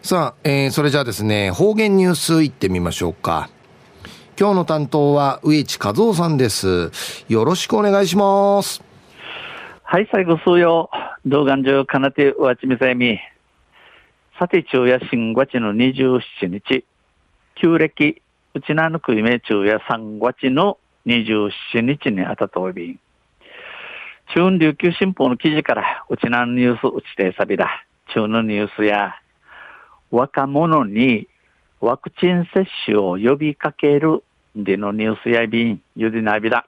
さあ、それじゃあですね、方言ニュースいってみましょうか。今日の担当は植地和夫さんです。よろしくお願いします。 はい、最後数曜動画中かなてうわちみさえみ。さて昼夜新月の27日、旧暦うちなぬくいめ昼夜3月の27日にあたとおびん。中琉球新報の記事からうちなのニュースうちてさびら。中のニュースや若者にワクチン接種を呼びかけるでのニュースやびんゆでなびら。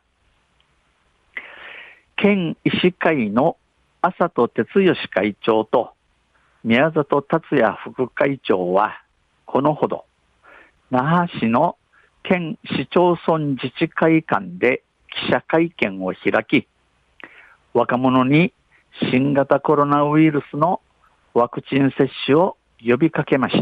県医師会の浅戸哲義会長と宮里達也副会長はこのほど那覇市の県市町村自治会館で記者会見を開き、若者に新型コロナウイルスのワクチン接種を呼びかけました。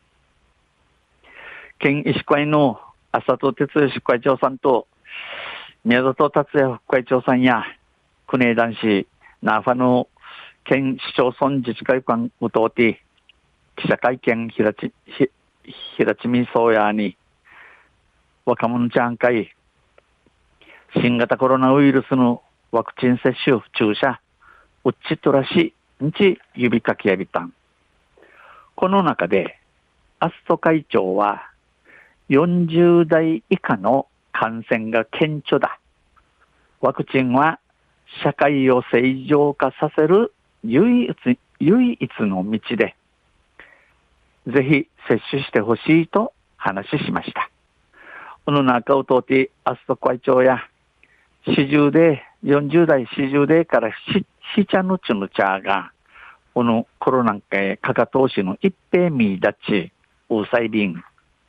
県医師会の浅戸哲義会長さんと宮里達也副会長さんや国枝男子ナーファの県市町村自治会館を通って記者会見ひらちみそうやに若者ちゃん会新型コロナウイルスのワクチン接種注射うっちとらしんち指かけやびたん。この中でアスト会長は40代以下の感染が顕著だ。ワクチンは社会を正常化させる唯一の道で、ぜひ接種してほしいと話しました。この中を通ってアスト会長や40代40代からしちゃぬちぬちゃがこのコロナ禍かかとしの一平みだちうさいびん。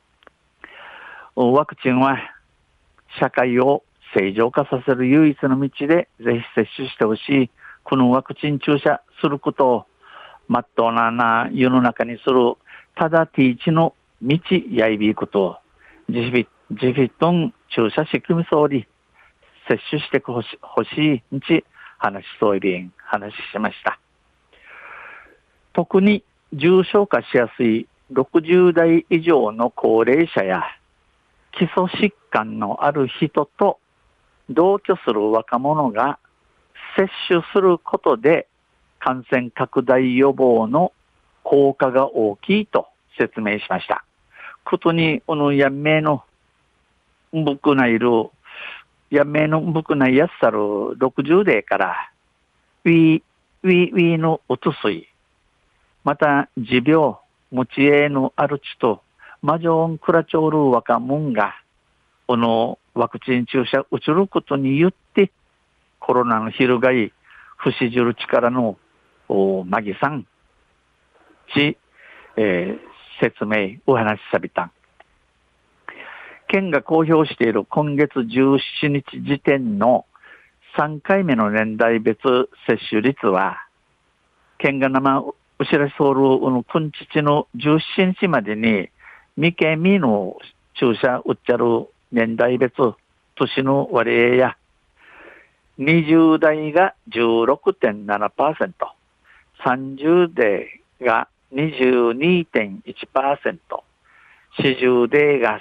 ワクチンは社会を正常化させる唯一の道でぜひ接種してほしい。このワクチン注射することをまっとうな世の中にするただティーチの道やいびいことをジフィットン注射仕組み総理接種してほしいんち話しそういびん話しました。特に重症化しやすい60代以上の高齢者や基礎疾患のある人と同居する若者が接種することで感染拡大予防の効果が大きいと説明しました。ことにこのやめのぶくないるやめのぶくないやっさる60代からウィのうつすいまた持病持ち家のあるちとマジョンクラチョール若者がこのワクチン注射打ちることによってコロナの広がり不死じる力のマギさんし、説明お話しさびたん。県が公表している今月17日時点の3回目の年代別接種率は県が生うしらしソウルのくんちちの17日までに未経未の注射打っちゃる年代別年の割合や20代が 16.7%、30代が 22.1%、40代が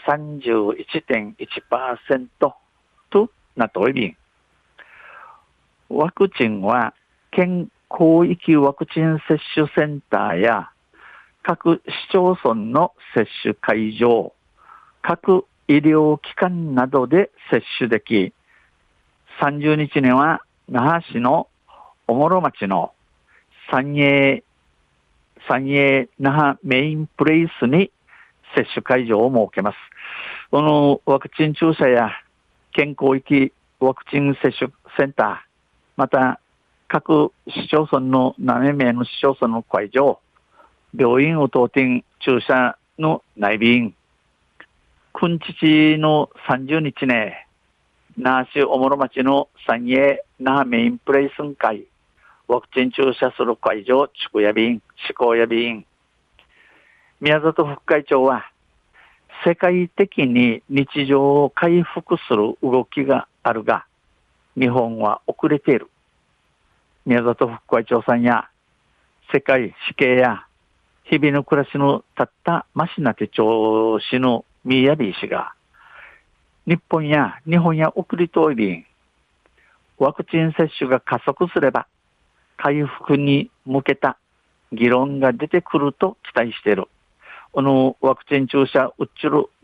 31.1% となっており、ワクチンは県広域ワクチン接種センターや各市町村の接種会場、各医療機関などで接種でき、30日には那覇市の小諸町の三栄那覇メインプレイスに接種会場を設けます。このワクチン注射や県広域ワクチン接種センター、また各市町村の7名の市町村の会場、病院を当店注射の内便、くんちちの30日ね、那覇市小諸町の三栄那覇メインプレイスン会、ワクチン注射する会場、地区や便、施行や便。宮里副会長は、世界的に日常を回復する動きがあるが、日本は遅れている。宮里副会長さんや世界死刑や日々の暮らしのたったマシナテ町市のミーヤビー氏が、日本や送り通り、ワクチン接種が加速すれば、回復に向けた議論が出てくると期待している。このワクチン注射うちる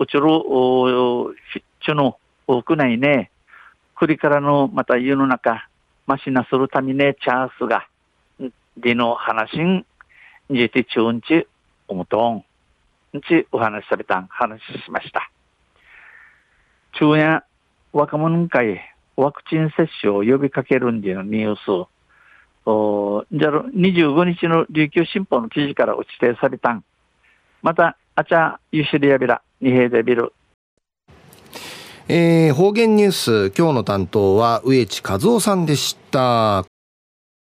の屋内ね、栗からのまた世の中、マシナするためね、チャンスが、での話ん、じてちゅうんち、おむとん、んちお話しされたん、話しました。昼夜、若者会、ワクチン接種を呼びかけるんでのニュース、じゃ25日の琉球新報の記事から指定されたん。また、あちゃ、ゆしりやびら、二平でビル。 方言ニュース、今日の担当は植地和夫さんでした。